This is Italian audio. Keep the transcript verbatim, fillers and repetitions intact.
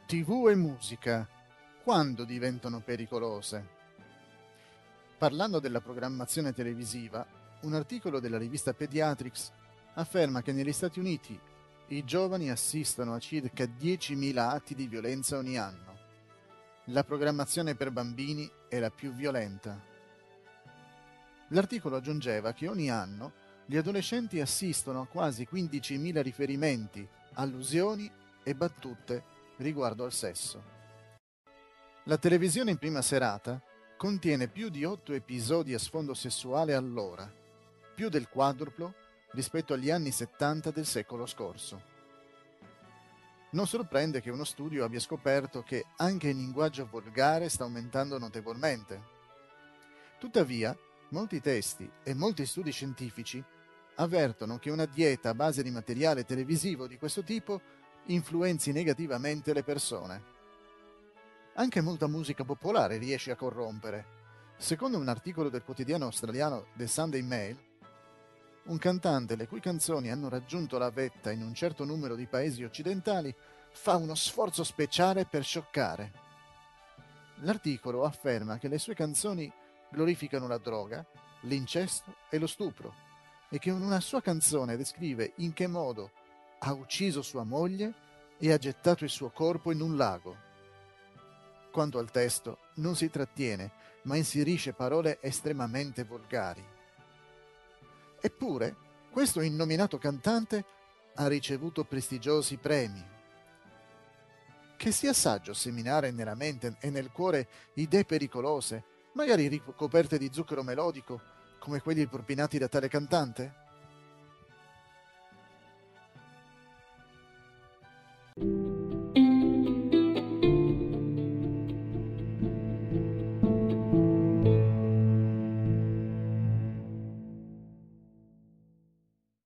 T V e musica, quando diventano pericolose? Parlando della programmazione televisiva, un articolo della rivista Pediatrics afferma che negli Stati Uniti i giovani assistono a circa diecimila atti di violenza ogni anno. La programmazione per bambini è la più violenta. L'articolo aggiungeva che ogni anno gli adolescenti assistono a quasi quindicimila riferimenti, allusioni e battute riguardo al sesso. La televisione in prima serata contiene più di otto episodi a sfondo sessuale all'ora, più del quadruplo rispetto agli anni settanta del secolo scorso. Non sorprende che uno studio abbia scoperto che anche il linguaggio volgare sta aumentando notevolmente. Tuttavia, molti testi e molti studi scientifici avvertono che una dieta a base di materiale televisivo di questo tipo influenzi negativamente le persone. Anche molta musica popolare riesce a corrompere. Secondo un articolo del quotidiano australiano The Sunday Mail, un cantante le cui canzoni hanno raggiunto la vetta in un certo numero di paesi occidentali fa uno sforzo speciale per scioccare. L'articolo afferma che le sue canzoni glorificano la droga, l'incesto e lo stupro e che in una sua canzone descrive in che modo ha ucciso sua moglie e ha gettato il suo corpo in un lago. Quanto al testo, non si trattiene, ma inserisce parole estremamente volgari. Eppure, questo innominato cantante ha ricevuto prestigiosi premi. Che sia saggio seminare nella mente e nel cuore idee pericolose, magari ricoperte di zucchero melodico, come quelli propinati da tale cantante?